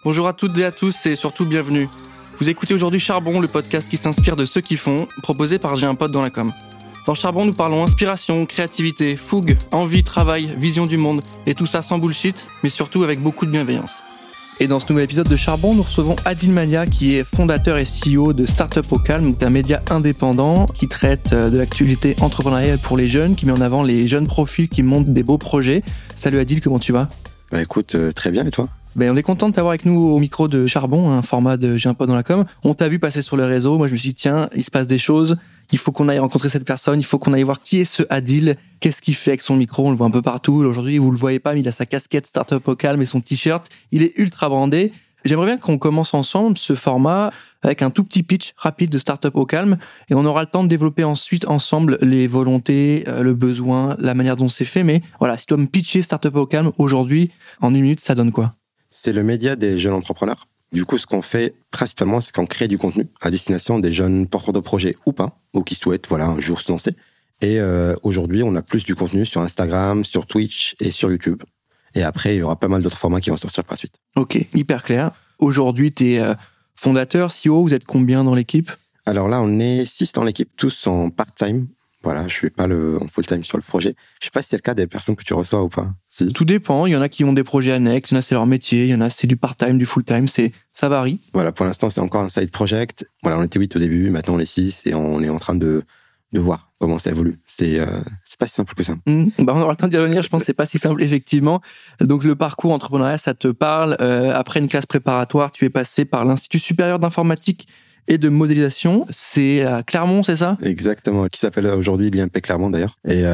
Bonjour à toutes et à tous et surtout bienvenue. Vous écoutez aujourd'hui Charbon, le podcast qui s'inspire de ceux qui font, proposé par J'ai un pote dans la com. Dans Charbon, nous parlons inspiration, créativité, fougue, envie, travail, vision du monde, et tout ça sans bullshit, mais surtout avec beaucoup de bienveillance. Et dans ce nouvel épisode de Charbon, nous recevons Adil Mania, qui est fondateur et CEO de Startup au Calme, un média indépendant qui traite de l'actualité entrepreneuriale pour les jeunes, qui met en avant les jeunes profils qui montent des beaux projets. Salut Adil, comment tu vas ? Écoute, très bien, et toi ? On est content de t'avoir avec nous au micro de Charbon, un format de J'ai un pote dans la com. On t'a vu passer sur le réseau, moi je me suis dit tiens, il se passe des choses, il faut qu'on aille rencontrer cette personne, il faut qu'on aille voir qui est ce Adil, qu'est-ce qu'il fait avec son micro, on le voit un peu partout. Aujourd'hui, vous le voyez pas, mais il a sa casquette Startup au Calme et son t-shirt, il est ultra brandé. J'aimerais bien qu'on commence ensemble ce format avec un tout petit pitch rapide de Startup au Calme et on aura le temps de développer ensuite ensemble les volontés, le besoin, la manière dont c'est fait. Mais voilà, si tu dois me pitcher Startup au Calme aujourd'hui, en 1 minute, ça donne quoi ? C'est le média des jeunes entrepreneurs. Du coup, ce qu'on fait principalement, c'est qu'on crée du contenu à destination des jeunes porteurs de projets ou pas, ou qui souhaitent un jour se lancer. Et aujourd'hui, on a plus du contenu sur Instagram, sur Twitch et sur YouTube. Et après, il y aura pas mal d'autres formats qui vont sortir par la suite. Ok, hyper clair. Aujourd'hui, tu es fondateur, CEO, vous êtes combien dans l'équipe ? Alors là, on est 6 dans l'équipe, tous en part-time. Voilà, je suis pas en full-time sur le projet. Je sais pas si c'est le cas des personnes que tu reçois ou pas. Si. Tout dépend. Il y en a qui ont des projets annexes, il y en a c'est leur métier, il y en a c'est du part-time, du full-time, ça varie. Voilà, pour l'instant, c'est encore un side project. Voilà, on était 8 au début, maintenant on est 6 et on est en train de voir comment ça évolue. C'est pas si simple que ça. On aura le temps d'y revenir, je pense que c'est pas si simple, effectivement. Donc le parcours entrepreneurial, ça te parle. Après une classe préparatoire, tu es passé par l'Institut supérieur d'informatique et de modélisation, c'est à Clermont, c'est ça ? Exactement, qui s'appelle aujourd'hui l'IMP Clermont d'ailleurs.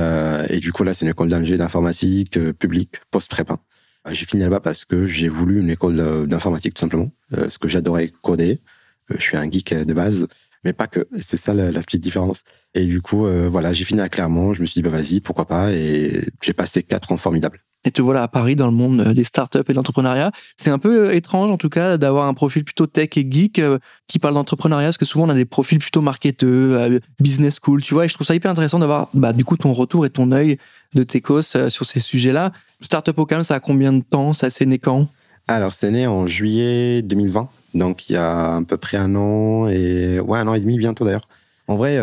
Et du coup là, c'est une école d'ingé d'informatique publique, post-prépa. J'ai fini là-bas parce que j'ai voulu une école d'informatique tout simplement, parce que j'adorais coder. Je suis un geek de base, mais pas que. C'est ça la petite différence. Et du coup, j'ai fini à Clermont. Je me suis dit vas-y, pourquoi pas. Et j'ai passé 4 ans formidables. Et te voilà à Paris dans le monde des startups et de l'entrepreneuriat. C'est un peu étrange, en tout cas, d'avoir un profil plutôt tech et geek qui parle d'entrepreneuriat, parce que souvent on a des profils plutôt marketeux, business school, tu vois. Et je trouve ça hyper intéressant d'avoir, du coup, ton retour et ton œil de techos sur ces sujets-là. Startup au Calme, ça a combien de temps ? Ça s'est né quand ? Alors, c'est né en juillet 2020, donc il y a à peu près 1 an et 1 an et demi bientôt d'ailleurs. En vrai,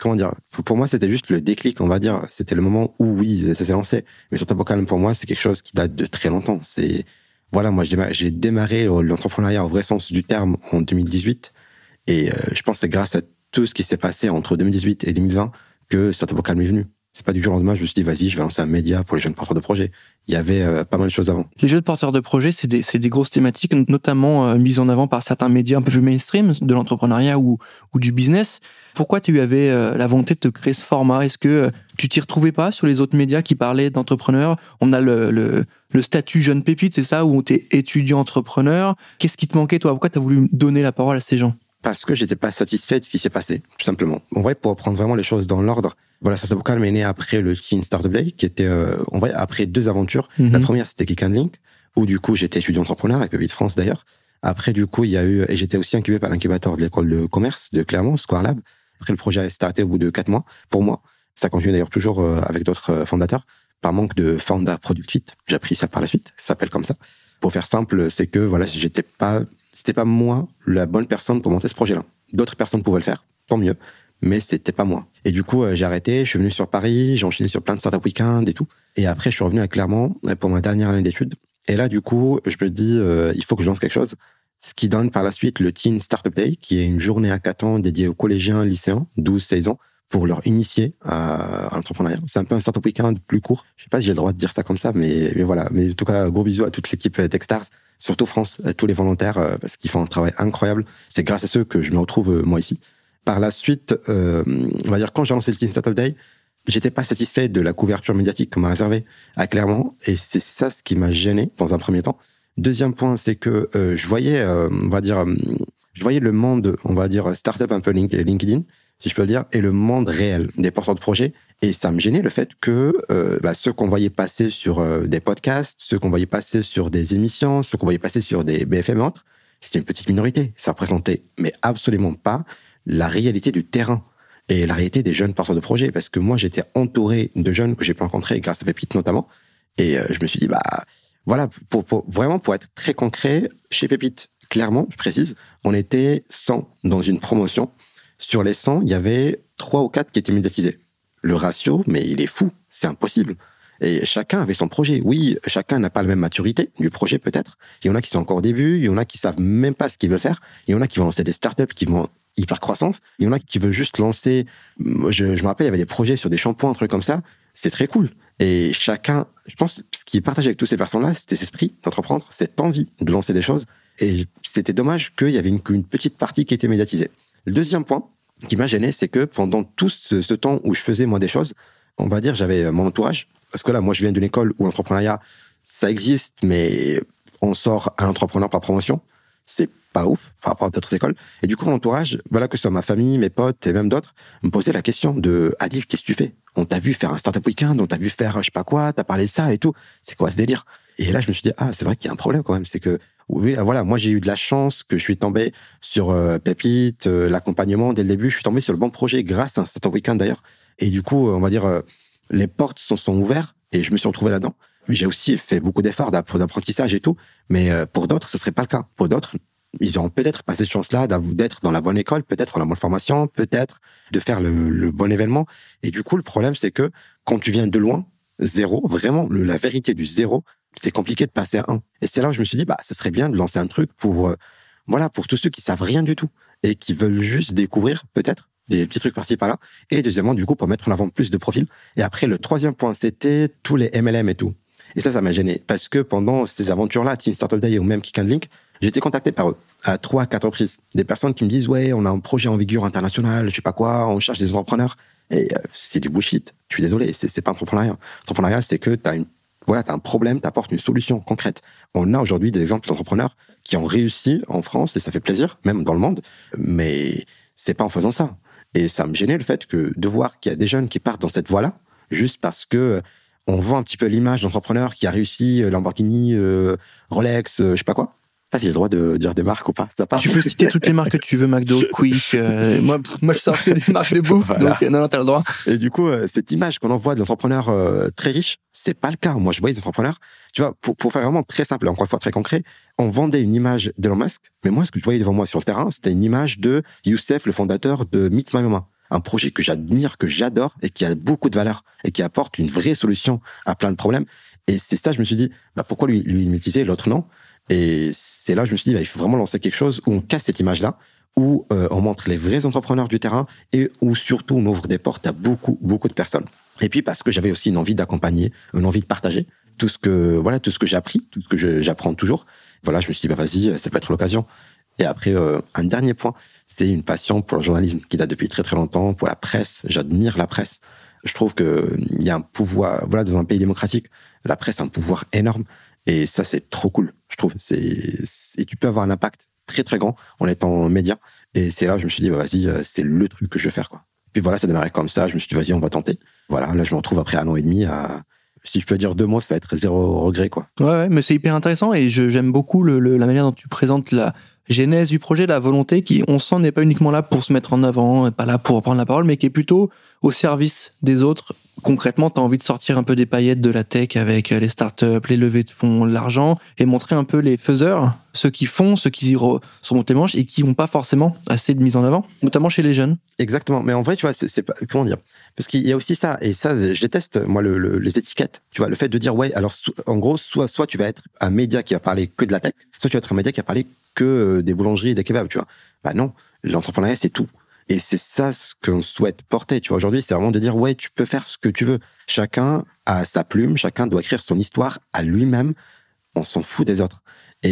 pour moi, c'était juste le déclic, on va dire. C'était le moment où, oui, ça s'est lancé. Mais Startup au Calme, pour moi, c'est quelque chose qui date de très longtemps. Moi, j'ai démarré l'entrepreneuriat au vrai sens du terme en 2018. Et je pense que c'est grâce à tout ce qui s'est passé entre 2018 et 2020 que Startup au Calme est venu. C'est pas du jour au lendemain, je me suis dit, vas-y, je vais lancer un média pour les jeunes porteurs de projets. Il y avait pas mal de choses avant. Les jeunes porteurs de projets, c'est des grosses thématiques, notamment mises en avant par certains médias un peu plus mainstream de l'entrepreneuriat ou du business. Pourquoi tu avais la volonté de te créer ce format ? Est-ce que tu t'y retrouvais pas sur les autres médias qui parlaient d'entrepreneurs ? On a le statut jeune pépite, c'est ça, où tu es étudiant entrepreneur. Qu'est-ce qui te manquait, toi ? Pourquoi tu as voulu donner la parole à ces gens ? Parce que j'étais pas satisfait de ce qui s'est passé, tout simplement. En vrai, pour prendre vraiment les choses dans l'ordre, Startup au Calme est né après le Teen Startup Day, qui était, après 2 aventures. La première, c'était Click and Link, où du coup, j'étais étudiant entrepreneur, avec le de France d'ailleurs. Après, du coup, et j'étais aussi incubé par l'incubateur de l'école de commerce de Clermont, Square Lab. Après, le projet s'est arrêté au bout de 4 mois. Pour moi, ça continue d'ailleurs toujours avec d'autres fondateurs, par manque de founder product fit. J'ai appris ça par la suite, ça s'appelle comme ça. Pour faire simple, c'est que c'était pas moi la bonne personne pour monter ce projet-là. D'autres personnes pouvaient le faire, tant mieux, mais c'était pas moi. Et du coup, j'ai arrêté, je suis venu sur Paris, j'ai enchaîné sur plein de startup week-end et tout. Et après, je suis revenu à Clermont pour ma dernière année d'études. Et là, du coup, je me dis, il faut que je lance quelque chose. Ce qui donne par la suite le Teen Startup Day, qui est une journée hackathon dédiée aux collégiens, lycéens, 12-16 ans, pour leur initier à l'entrepreneuriat. C'est un peu un startup week-end plus court. Je sais pas si j'ai le droit de dire ça comme ça, mais voilà. Mais en tout cas, gros bisous à toute l'équipe Techstars, surtout France, à tous les volontaires, parce qu'ils font un travail incroyable. C'est grâce à ceux que je me retrouve, moi, ici. Par la suite, on va dire, quand j'ai lancé le Teen Startup Day, j'étais pas satisfait de la couverture médiatique qu'on m'a réservée à Clermont, et c'est ça ce qui m'a gêné dans un premier temps. Deuxième point, c'est que je voyais le monde, on va dire, startup un peu LinkedIn, si je peux le dire, et le monde réel des porteurs de projets. Et ça me gênait le fait que ceux qu'on voyait passer sur des podcasts, ceux qu'on voyait passer sur des émissions, ceux qu'on voyait passer sur des BFM et autres, c'était une petite minorité. Ça représentait, mais absolument pas, la réalité du terrain et la réalité des jeunes porteurs de projets. Parce que moi, j'étais entouré de jeunes que j'ai pu rencontrer grâce à Pépite notamment. Et je me suis dit, Voilà, pour être très concret, chez Pépite, clairement, je précise, on était 100 dans une promotion. Sur les 100, il y avait 3 ou 4 qui étaient médiatisés. Le ratio, mais il est fou, c'est impossible. Et chacun avait son projet. Oui, chacun n'a pas la même maturité du projet peut-être. Il y en a qui sont encore au début, il y en a qui savent même pas ce qu'ils veulent faire, il y en a qui vont lancer des startups qui vont hyper croissance, il y en a qui veulent juste lancer. Je me rappelle, il y avait des projets sur des shampoings, un truc comme ça. C'est très cool. Et chacun, je pense, ce qui est partagé avec toutes ces personnes-là, c'était cet esprit d'entreprendre, cette envie de lancer des choses. Et c'était dommage qu'il y avait une petite partie qui était médiatisée. Le deuxième point qui m'a gêné, c'est que pendant tout ce temps où je faisais moi des choses, on va dire, j'avais mon entourage. Parce que là, moi, je viens d'une école où l'entrepreneuriat, ça existe, mais on sort un entrepreneur par promotion. C'est pas ouf par rapport à d'autres écoles. Et du coup, mon entourage, voilà, que ce soit ma famille, mes potes et même d'autres, me posaient la question de Adil, qu'est-ce que tu fais? On t'a vu faire un startup week-end, on t'a vu faire je sais pas quoi, t'as parlé de ça et tout. C'est quoi ce délire? Et là, je me suis dit, c'est vrai qu'il y a un problème quand même. C'est que, oui, voilà, moi, j'ai eu de la chance que je suis tombé sur Pépite, l'accompagnement dès le début. Je suis tombé sur le bon projet grâce à un startup week-end d'ailleurs. Et du coup, on va dire, les portes sont ouvertes et je me suis retrouvé là-dedans. J'ai aussi fait beaucoup d'efforts d'apprentissage et tout, mais pour d'autres, ce serait pas le cas. Pour d'autres, ils auront peut-être pas cette chance-là d'être dans la bonne école, peut-être dans la bonne formation, peut-être de faire le bon événement. Et du coup, le problème, c'est que quand tu viens de loin, zéro, vraiment, la vérité du zéro, c'est compliqué de passer à 1. Et c'est là où je me suis dit, ce serait bien de lancer un truc pour tous ceux qui savent rien du tout et qui veulent juste découvrir, peut-être, des petits trucs par-ci par-là. Et deuxièmement, du coup, pour mettre en avant plus de profils. Et après, le troisième point, c'était tous les MLM et tout. Et ça m'a gêné. Parce que pendant ces aventures-là, Teen Startup Day ou même Kick and Link, j'ai été contacté par eux à 3 à 4 reprises. Des personnes qui me disent, ouais, on a un projet en vigueur international, je sais pas quoi, on cherche des entrepreneurs. Et c'est du bullshit. Je suis désolé, c'est pas entrepreneuriat. L'entrepreneuriat, c'est que t'as un problème, t'apportes une solution concrète. On a aujourd'hui des exemples d'entrepreneurs qui ont réussi en France, et ça fait plaisir, même dans le monde, mais c'est pas en faisant ça. Et ça me gênait le fait de voir qu'il y a des jeunes qui partent dans cette voie-là, juste parce que on vend un petit peu l'image d'entrepreneur qui a réussi, Lamborghini, Rolex, je sais pas quoi. Je sais pas si j'ai le droit de dire des marques ou pas. Tu peux citer toutes les marques que tu veux, McDo, Quick. Moi, je sors que des marques de bouffe, voilà. Donc non, t'as le droit. Et du coup, cette image qu'on envoie de l'entrepreneur très riche, c'est pas le cas. Moi, je voyais des entrepreneurs, tu vois, pour faire vraiment très simple, encore une fois très concret, on vendait une image d'Elon Musk, mais moi, ce que je voyais devant moi sur le terrain, c'était une image de Youssef, le fondateur de Meet My Mama. Un projet que j'admire, que j'adore et qui a beaucoup de valeur et qui apporte une vraie solution à plein de problèmes. Et c'est ça, je me suis dit, pourquoi lui médiatiser, l'autre non? Et c'est là que je me suis dit, il faut vraiment lancer quelque chose où on casse cette image-là, où on montre les vrais entrepreneurs du terrain et où surtout on ouvre des portes à beaucoup, beaucoup de personnes. Et puis parce que j'avais aussi une envie d'accompagner, une envie de partager tout ce que j'ai appris, tout ce que j'apprends toujours. Voilà, je me suis dit, vas-y, ça peut être l'occasion. Et après, un dernier point, c'est une passion pour le journalisme qui date depuis très très longtemps, pour la presse. J'admire la presse. Je trouve qu'il y a un pouvoir, dans un pays démocratique, la presse a un pouvoir énorme. Et ça, c'est trop cool, je trouve. Et tu peux avoir un impact très très grand en étant média. Et c'est là où je me suis dit, vas-y, c'est le truc que je vais faire, quoi. Puis voilà, ça démarrait comme ça. Je me suis dit, vas-y, on va tenter. Voilà, là, je me retrouve après 1 an et demi à... Si je peux dire 2 mots, ça va être 0 regret, quoi. Ouais, mais c'est hyper intéressant et j'aime beaucoup la manière dont tu présentes la genèse du projet, la volonté qui, on sent, n'est pas uniquement là pour se mettre en avant, pas là pour prendre la parole, mais qui est plutôt au service des autres. Concrètement, tu as envie de sortir un peu des paillettes de la tech avec les startups, les levées de fonds, l'argent, et montrer un peu les faiseurs, ceux qui font, ceux qui sont montés manches et qui n'ont pas forcément assez de mise en avant, notamment chez les jeunes. Exactement. Mais en vrai, tu vois, c'est pas, comment dire? Parce qu'il y a aussi ça, et ça, je déteste, moi, les étiquettes. Tu vois, le fait de dire, ouais, alors, en gros, soit tu vas être un média qui va parler que de la tech, soit tu vas être un média qui va parler que des boulangeries et des kebabs, tu vois. Non, l'entrepreneuriat, c'est tout. Et c'est ça ce qu'on souhaite porter, tu vois. Aujourd'hui, c'est vraiment de dire, ouais, tu peux faire ce que tu veux. Chacun a sa plume, chacun doit écrire son histoire à lui-même. On s'en fout des autres.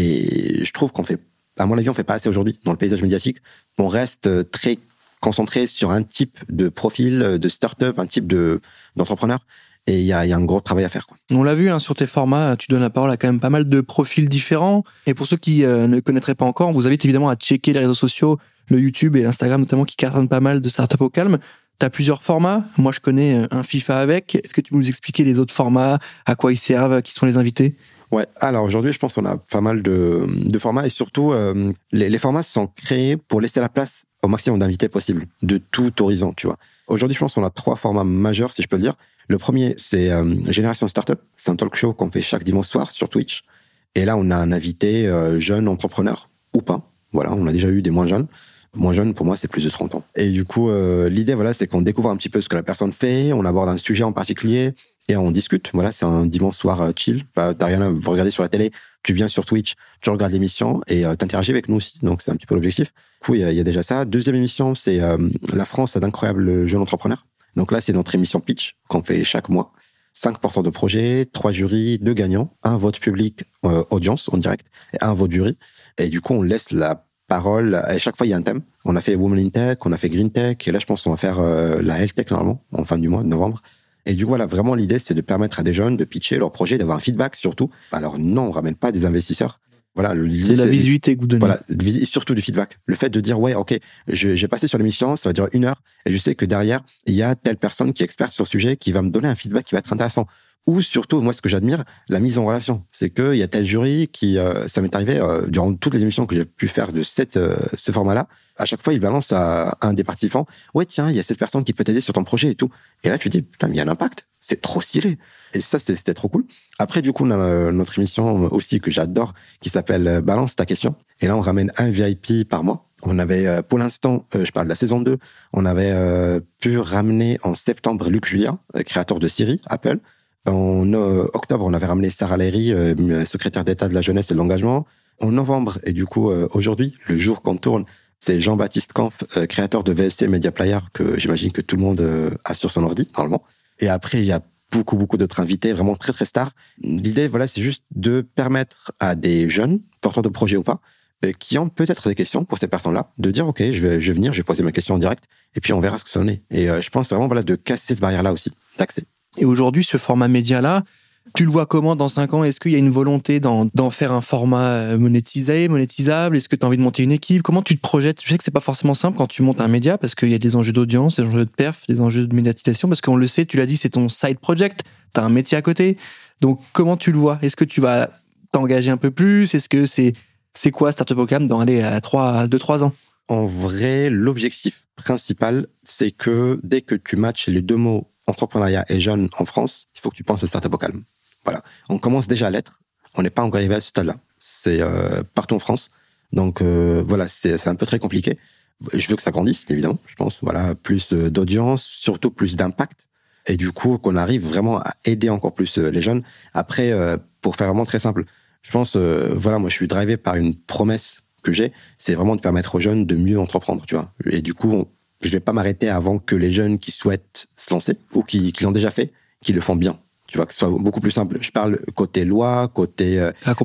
Et je trouve à mon avis, on fait pas assez aujourd'hui dans le paysage médiatique. On reste très concentré sur un type de profil de start-up, un type d'entrepreneur. Et il y a un gros travail à faire, quoi. On l'a vu, sur tes formats, tu donnes la parole à quand même pas mal de profils différents. Et pour ceux qui ne connaîtraient pas encore, on vous invite évidemment à checker les réseaux sociaux, le YouTube et l'Instagram notamment, qui cartonnent pas mal de startups au calme. T'as plusieurs formats. Moi, je connais un FIFA avec. Est-ce que tu peux nous expliquer les autres formats, à quoi ils servent, qui sont les invités? Ouais. Alors aujourd'hui, je pense qu'on a pas mal de formats et surtout, les formats sont créés pour laisser la place au maximum d'invités possible, de tout horizon, tu vois. Aujourd'hui, je pense qu'on a 3 formats majeurs, si je peux le dire. Le premier, c'est Génération Startup. C'est un talk show qu'on fait chaque dimanche soir sur Twitch. Et là, on a un invité jeune entrepreneur ou pas. Voilà, on a déjà eu des moins jeunes. Moins jeune, pour moi, c'est plus de 30 ans. Et du coup, l'idée, voilà, c'est qu'on découvre un petit peu ce que la personne fait, on aborde un sujet en particulier et on discute. Voilà, c'est un dimanche soir chill. T'as rien à regarder sur la télé, tu viens sur Twitch, tu regardes l'émission et t'interagis avec nous aussi. Donc, c'est un petit peu l'objectif. Du coup, il y a déjà ça. Deuxième émission, c'est La France a d'incroyables jeunes entrepreneurs. Donc là, c'est notre émission pitch qu'on fait chaque mois. 5 porteurs de projets, 3 jurys, 2 gagnants, un vote public audience en direct et un vote jury. Et du coup, on laisse la parole. À chaque fois, il y a un thème. On a fait Women in Tech, on a fait Green Tech, et là, je pense qu'on va faire la Health Tech normalement, en fin du mois de novembre. Et du coup, voilà, vraiment, l'idée, c'est de permettre à des jeunes de pitcher leur projet, d'avoir un feedback surtout. Alors non, on ramène pas des investisseurs. Voilà, c'est la visibilité que vous donnez. Voilà, surtout du feedback. Le fait de dire, ouais, ok, j'ai passé sur l'émission, ça va durer 1 heure, et je sais que derrière, il y a telle personne qui est experte sur le sujet, qui va me donner un feedback qui va être intéressant. Ou surtout, moi, ce que j'admire, la mise en relation. C'est qu'il y a tel jury qui, ça m'est arrivé durant toutes les émissions que j'ai pu faire de ce format-là. À chaque fois, il balance à un des participants, ouais, tiens, il y a cette personne qui peut t'aider sur ton projet et tout. Et là, tu te dis, putain, mais il y a un impact. C'est trop stylé. Et ça, c'était trop cool. Après, du coup, on a notre émission aussi que j'adore, qui s'appelle Balance ta question. Et là, on ramène un VIP par mois. On avait, pour l'instant, je parle de la saison 2, on avait pu ramener en septembre Luc Julia, créateur de Siri, Apple. En octobre, on avait ramené Sarah Léry, secrétaire d'État de la jeunesse et de l'engagement. En novembre, et du coup, aujourd'hui, le jour qu'on tourne, c'est Jean-Baptiste Kampf, créateur de VST Media Player, que j'imagine que tout le monde a sur son ordi, normalement. Et après, il y a beaucoup d'autres invités, vraiment très, très stars. L'idée, voilà, c'est juste de permettre à des jeunes, porteurs de projets ou pas, qui ont peut-être des questions pour ces personnes-là, de dire, OK, je vais venir, je vais poser ma question en direct, et puis on verra ce que ça en est. Et je pense vraiment, voilà, de casser cette barrière-là aussi, d'accès. Et aujourd'hui, ce format média-là, tu le vois comment dans 5 ans? Est-ce qu'il y a une volonté d'en faire un format monétisable? Est-ce que tu as envie de monter une équipe? Comment tu te projettes? Je sais que c'est pas forcément simple quand tu montes un média parce qu'il y a des enjeux d'audience, des enjeux de perf, des enjeux de médiatisation, parce qu'on le sait, tu l'as dit, c'est ton side project, tu as un métier à côté. Donc comment tu le vois? Est-ce que tu vas t'engager un peu plus? Est-ce que c'est quoi Startup Ocam dans aller à 2-3 ans? En vrai, l'objectif principal, c'est que dès que tu matches les deux mots entrepreneuriat et jeune en France, il faut que tu penses à Startup au calme. Voilà. On commence déjà à l'être. On n'est pas encore arrivé à ce stade-là. C'est partout en France. Donc voilà, c'est un peu très compliqué. Je veux que ça grandisse, évidemment, je pense. Voilà, plus d'audience, surtout plus d'impact. Et du coup, qu'on arrive vraiment à aider encore plus les jeunes. Après, pour faire vraiment très simple, je pense, voilà, moi, je suis drivé par une promesse que j'ai, c'est vraiment de permettre aux jeunes de mieux entreprendre, tu vois. Et du coup, je vais pas m'arrêter avant que les jeunes qui souhaitent se lancer ou qui l'ont déjà fait, qui le font bien. Tu vois, que ce soit beaucoup plus simple. Je parle côté loi, côté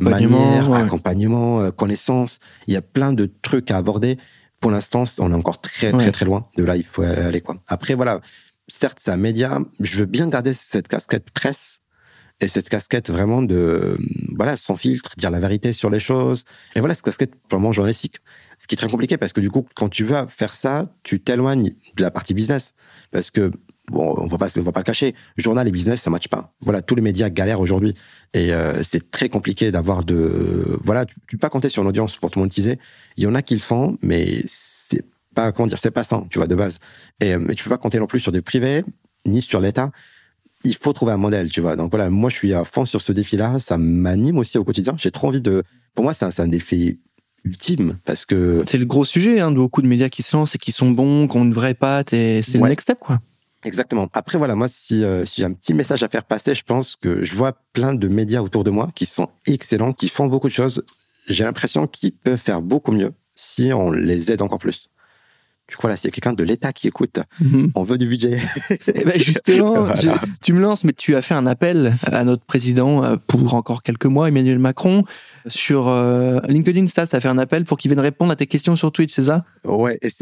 accompagnement, connaissance. Il y a plein de trucs à aborder. Pour l'instant, on est encore très loin de là. Il faut aller, quoi. Après, voilà. Certes, c'est un média. Je veux bien garder cette casquette presse et cette casquette vraiment de, voilà, sans filtre, dire la vérité sur les choses. Et voilà, cette casquette purement journalistique. Ce qui est très compliqué parce que du coup, quand tu veux faire ça, tu t'éloignes de la partie business. Parce que, bon, on va pas le cacher. Journal et business, ça matche pas. Voilà, tous les médias galèrent aujourd'hui. Et c'est très compliqué d'avoir voilà, tu peux pas compter sur une audience pour te monétiser. Il y en a qui le font, mais c'est pas, c'est pas ça, tu vois, de base. Mais tu peux pas compter non plus sur des privés, ni sur l'État. Il faut trouver un modèle, tu vois. Donc voilà, moi, je suis à fond sur ce défi-là. Ça m'anime aussi au quotidien. J'ai trop envie pour moi, c'est un défi ultime parce que c'est le gros sujet de beaucoup de médias qui se lancent et qui sont bons, qui ont une vraie patte et c'est le next step, quoi. Exactement. Après, voilà, moi, si j'ai un petit message à faire passer, je pense que je vois plein de médias autour de moi qui sont excellents, qui font beaucoup de choses. J'ai l'impression qu'ils peuvent faire beaucoup mieux si on les aide encore plus. Du coup, là, s'il y a quelqu'un de l'État qui écoute, on veut du budget. Et ben justement, voilà. Tu me lances, mais tu as fait un appel à notre président pour encore quelques mois, Emmanuel Macron, sur LinkedIn Stats. Tu as fait un appel pour qu'il vienne répondre à tes questions sur Twitch, c'est ça? Ouais, est-ce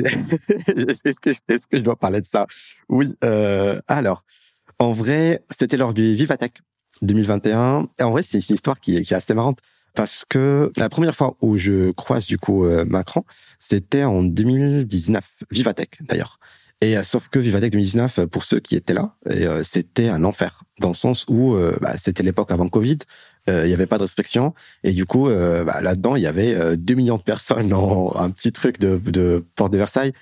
que je dois parler de ça? Oui. Alors, en vrai, c'était lors du Vivatech 2021. Et en vrai, c'est une histoire qui est assez marrante. Parce que la première fois où je croise du coup Macron, c'était en 2019, Vivatech d'ailleurs. Et sauf que Vivatech 2019, pour ceux qui étaient là, c'était un enfer, dans le sens où c'était l'époque avant Covid, il y avait pas de restrictions, et du coup là-dedans il y avait 2 millions de personnes dans un petit truc de porte de Versailles.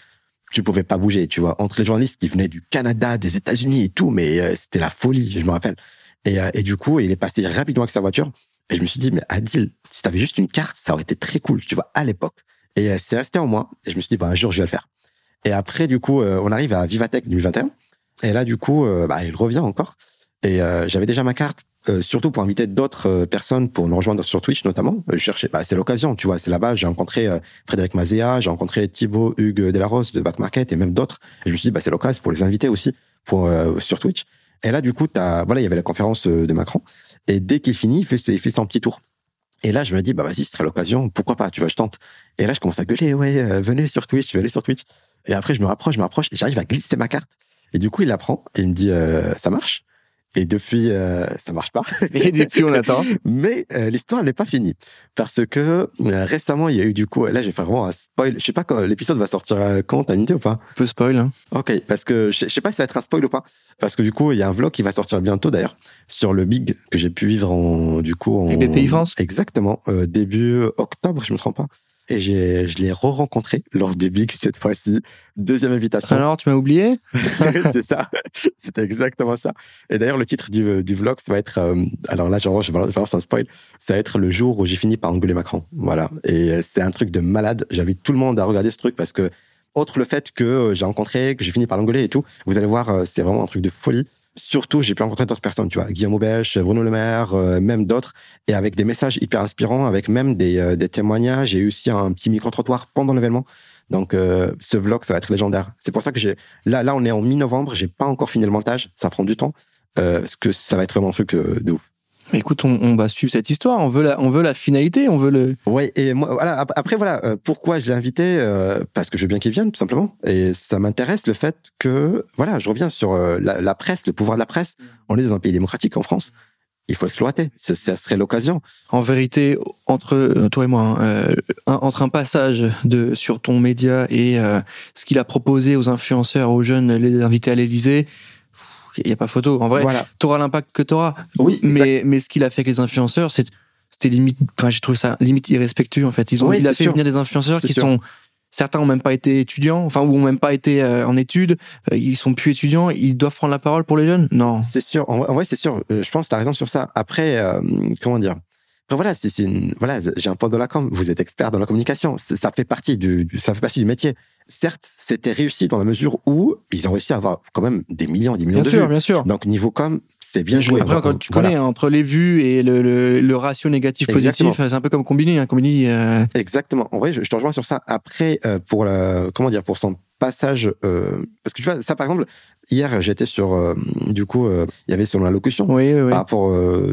tu pouvais pas bouger, tu vois, entre les journalistes qui venaient du Canada, des États-Unis et tout, mais c'était la folie, je me rappelle. Et du coup, il est passé rapidement avec sa voiture. Et je me suis dit, mais Adil, si t'avais juste une carte, ça aurait été très cool, tu vois, à l'époque. Et c'est resté en moi. Et je me suis dit, bah, un jour, je vais le faire. Et après, du coup, on arrive à Vivatech 2021. Et là, du coup, il revient encore. Et j'avais déjà ma carte, surtout pour inviter d'autres personnes pour nous rejoindre sur Twitch, notamment. Je cherchais, c'est l'occasion, tu vois. C'est là-bas, j'ai rencontré Frédéric Mazéa, j'ai rencontré Thibaut Hugues Delarose de Back Market et même d'autres. Et je me suis dit, c'est l'occasion pour les inviter aussi sur Twitch. Et là, du coup, il y avait la conférence de Macron. Et dès qu'il finit, il fait son petit tour. Et là, je me dis, vas-y, ce serait l'occasion, pourquoi pas, tu vois, je tente. Et là, je commence à gueuler, venez sur Twitch, venez sur Twitch. Et après, je me rapproche, et j'arrive à glisser ma carte. Et du coup, il la prend, et il me dit, ça marche. Et depuis, ça marche pas. Et depuis, on attend. Mais l'histoire n'est pas finie. Parce que récemment, il y a eu du coup, là, j'ai fait vraiment un spoil. Je sais pas quand l'épisode va sortir quand, t'as une idée ou pas? Un peu spoil, hein. Ok, parce que je sais pas si ça va être un spoil ou pas. Parce que du coup, il y a un vlog qui va sortir bientôt d'ailleurs, sur le Big que j'ai pu vivre Avec BPI France? Exactement, début octobre, je me trompe pas. Et je l'ai re-rencontré lors du Big cette fois-ci. Deuxième invitation. Alors, tu m'as oublié? C'est ça. C'était exactement ça. Et d'ailleurs, le titre du vlog, ça va être, alors là, je balance un spoil. Ça va être le jour où j'ai fini par engueuler Macron. Voilà. Et c'est un truc de malade. J'invite tout le monde à regarder ce truc parce que, outre le fait que j'ai rencontré, que j'ai fini par l'engueuler et tout, vous allez voir, c'est vraiment un truc de folie. Surtout, j'ai pu rencontrer d'autres personnes, tu vois, Guillaume Aubèche, Bruno Le Maire, même d'autres, et avec des messages hyper inspirants, avec même des témoignages. J'ai eu aussi un petit micro-trottoir pendant l'événement. Donc, ce vlog, ça va être légendaire. C'est pour ça que là, on est en mi-novembre, j'ai pas encore fini le montage, ça prend du temps, parce que ça va être vraiment un truc de ouf. Mais écoute, on va suivre cette histoire. On veut la finalité. On veut le. Ouais. Et moi, voilà. Après, voilà. Pourquoi je l'ai invité parce que je veux bien qu'il vienne, tout simplement. Et ça m'intéresse le fait que, voilà, je reviens sur la presse, le pouvoir de la presse. On est dans un pays démocratique en France. Il faut l'exploiter. Ça serait l'occasion. En vérité, entre toi et moi, entre un passage sur ton média et ce qu'il a proposé aux influenceurs, aux jeunes, les invités à l'Élysée. Il n'y a pas photo. En vrai, voilà. T'auras l'impact que t'auras. Oui, mais ce qu'il a fait avec les influenceurs, c'était limite, j'ai trouvé ça limite irrespectueux, en fait. Il a fait venir des influenceurs qui sont, certains ont même pas été étudiants, ou ont même pas été en études, ils sont plus étudiants, ils doivent prendre la parole pour les jeunes? Non. C'est sûr. En vrai, c'est sûr. Je pense que t'as raison sur ça. Après, comment dire? Après, voilà, j'ai un poste dans la com. Vous êtes expert dans la communication. Ça fait partie du métier. Certes, c'était réussi dans la mesure où ils ont réussi à avoir quand même des millions de vues. Bien sûr. Donc, niveau com, c'est bien joué. Après, quand tu connais, entre les vues et le ratio négatif-positif, c'est un peu comme Combini. Exactement. En vrai, je te rejoins sur ça. Après, pour son passage, parce que tu vois, ça, par exemple, hier, j'étais sur, il y avait sur l'allocution. Oui. Par rapport,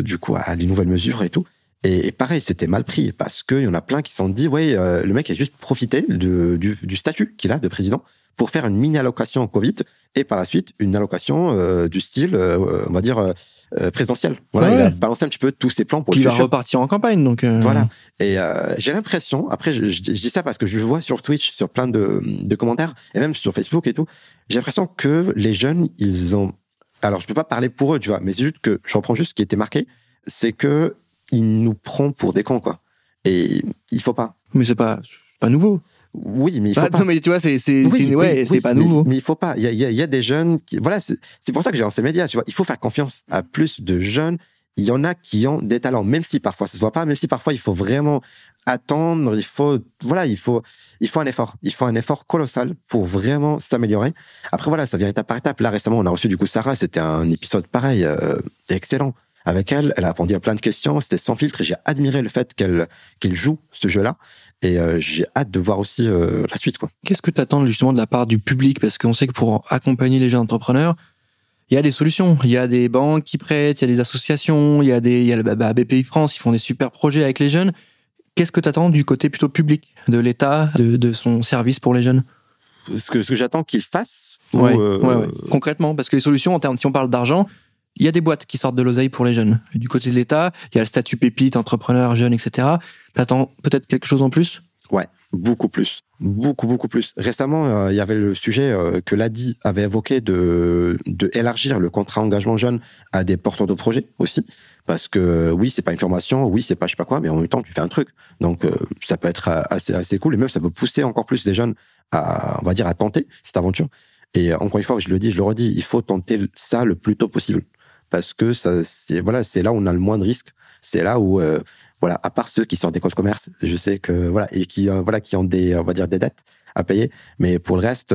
à les nouvelles mesures et tout. Et pareil, c'était mal pris parce qu'il y en a plein qui se sont dit, le mec a juste profité du statut qu'il a de président pour faire une mini-allocation Covid et par la suite une allocation du style, on va dire, présidentiel. Voilà, il a balancé un petit peu tous ses plans pour le futur. Il va repartir en campagne, donc. Voilà. Et j'ai l'impression, après, je dis ça parce que je le vois sur Twitch, sur plein de commentaires et même sur Facebook et tout. J'ai l'impression que les jeunes, ils ont. Alors, je peux pas parler pour eux, tu vois, mais c'est juste que je reprends juste ce qui était marqué, c'est que il nous prend pour des cons, quoi. Et il faut pas. Mais c'est pas nouveau. Oui, mais il faut pas. Non, mais tu vois, c'est pas nouveau. Mais il faut pas. Il y a des jeunes qui, voilà, c'est pour ça que j'ai lancé Média, tu vois. Il faut faire confiance à plus de jeunes. Il y en a qui ont des talents, même si parfois ça se voit pas, même si parfois il faut vraiment attendre, il faut un effort. Il faut un effort colossal pour vraiment s'améliorer. Après, voilà, ça vient étape par étape. Là, récemment, on a reçu, Sarah, c'était un épisode pareil, excellent. Avec elle a répondu à plein de questions, c'était sans filtre, et j'ai admiré le fait qu'elle joue ce jeu-là, et j'ai hâte de voir aussi la suite, quoi. Qu'est-ce que tu attends justement de la part du public? Parce qu'on sait que pour accompagner les jeunes entrepreneurs, il y a des solutions, il y a des banques qui prêtent, il y a des associations, il y a BPI France, ils font des super projets avec les jeunes. Qu'est-ce que tu attends du côté plutôt public, de l'État, de son service pour les jeunes? Ce que j'attends qu'il fasse. Ouais. Concrètement, parce que les solutions, si on parle d'argent, il y a des boîtes qui sortent de l'oseille pour les jeunes. Et du côté de l'État, il y a le statut pépite, entrepreneur, jeune, etc. T'attends peut-être quelque chose en plus? Ouais, beaucoup plus. Beaucoup plus. Récemment, il y avait le sujet que l'ADI avait évoqué de élargir le contrat engagement jeune à des porteurs de projets aussi. Parce que oui, c'est pas une formation, oui, c'est pas je sais pas quoi, mais en même temps, tu fais un truc. Donc, ça peut être assez cool. Et même, ça peut pousser encore plus des jeunes à, on va dire, à tenter cette aventure. Et encore une fois, je le dis, je le redis, il faut tenter ça le plus tôt possible. Parce que ça, c'est là où on a le moins de risques. C'est là où, voilà, à part ceux qui sortent d'école de commerce, je sais que, voilà, et qui ont des, on va dire, des dettes à payer. Mais pour le reste,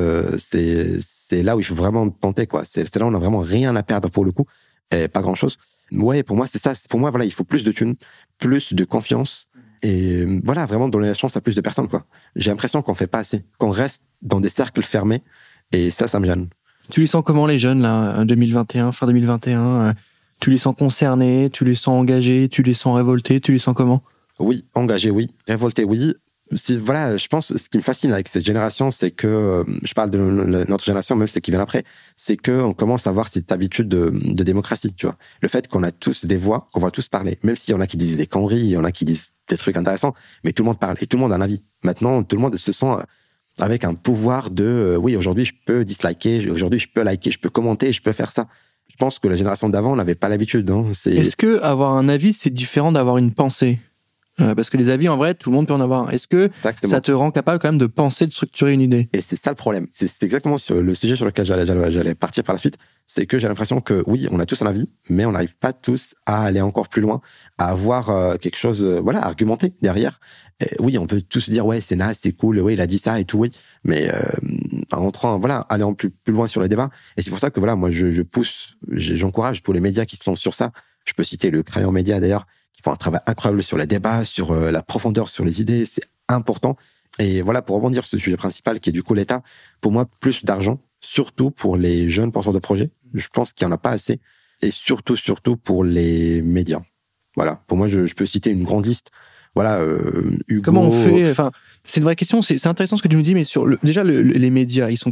c'est là où il faut vraiment tenter, quoi. C'est là où on a vraiment rien à perdre pour le coup. Et pas grand chose. Ouais, pour moi, c'est ça. Pour moi, voilà, il faut plus de thunes, plus de confiance. Et voilà, vraiment donner la chance à plus de personnes, quoi. J'ai l'impression qu'on fait pas assez, qu'on reste dans des cercles fermés. Et ça me gêne. Tu les sens comment, les jeunes, là, 2021, fin 2021? Tu les sens concernés, tu les sens engagés, tu les sens révoltés, tu les sens comment? Oui, engagés, oui. Révoltés, oui. Voilà, je pense, ce qui me fascine avec cette génération, c'est que, je parle de notre génération, même celle qui vient après, c'est qu'on commence à avoir cette habitude de démocratie, tu vois. Le fait qu'on a tous des voix, qu'on va tous parler, même s'il y en a qui disent des conneries, il y en a qui disent des trucs intéressants, mais tout le monde parle et tout le monde a un avis. Maintenant, tout le monde se sent avec un pouvoir de, oui, aujourd'hui, je peux disliker, aujourd'hui, je peux liker, je peux commenter, je peux faire ça. Je pense que la génération d'avant n'avait pas l'habitude. Hein. Est-ce que avoir un avis, c'est différent d'avoir une pensée? Parce que les avis, en vrai, tout le monde peut en avoir un. Est-ce que Exactement. ça te rend capable quand même de penser, de structurer une idée? Et c'est ça le problème. C'est exactement sur le sujet sur lequel j'allais partir par la suite. C'est que j'ai l'impression que oui, on a tous un avis, mais on n'arrive pas tous à aller encore plus loin, à avoir quelque chose, voilà, argumenté derrière. Et oui, on peut tous dire ouais, c'est naze, c'est cool, oui, il a dit ça et tout, oui. Mais en rentrant, voilà, aller en plus loin sur le débat. Et c'est pour ça que voilà, moi, je pousse, j'encourage tous les médias qui sont sur ça. Je peux citer le Crayon Média d'ailleurs, qui font un travail incroyable sur les débats, sur la profondeur, sur les idées. C'est important. Et voilà, pour rebondir sur le sujet principal, qui est du coup l'État, pour moi, plus d'argent, surtout pour les jeunes porteurs de projets. Je pense qu'il n'y en a pas assez. Et surtout pour les médias. Voilà, pour moi, je peux citer une grande liste. Voilà, Hugo... Comment on fait? Enfin, c'est une vraie question. C'est intéressant ce que tu nous dis, mais déjà, les médias, ils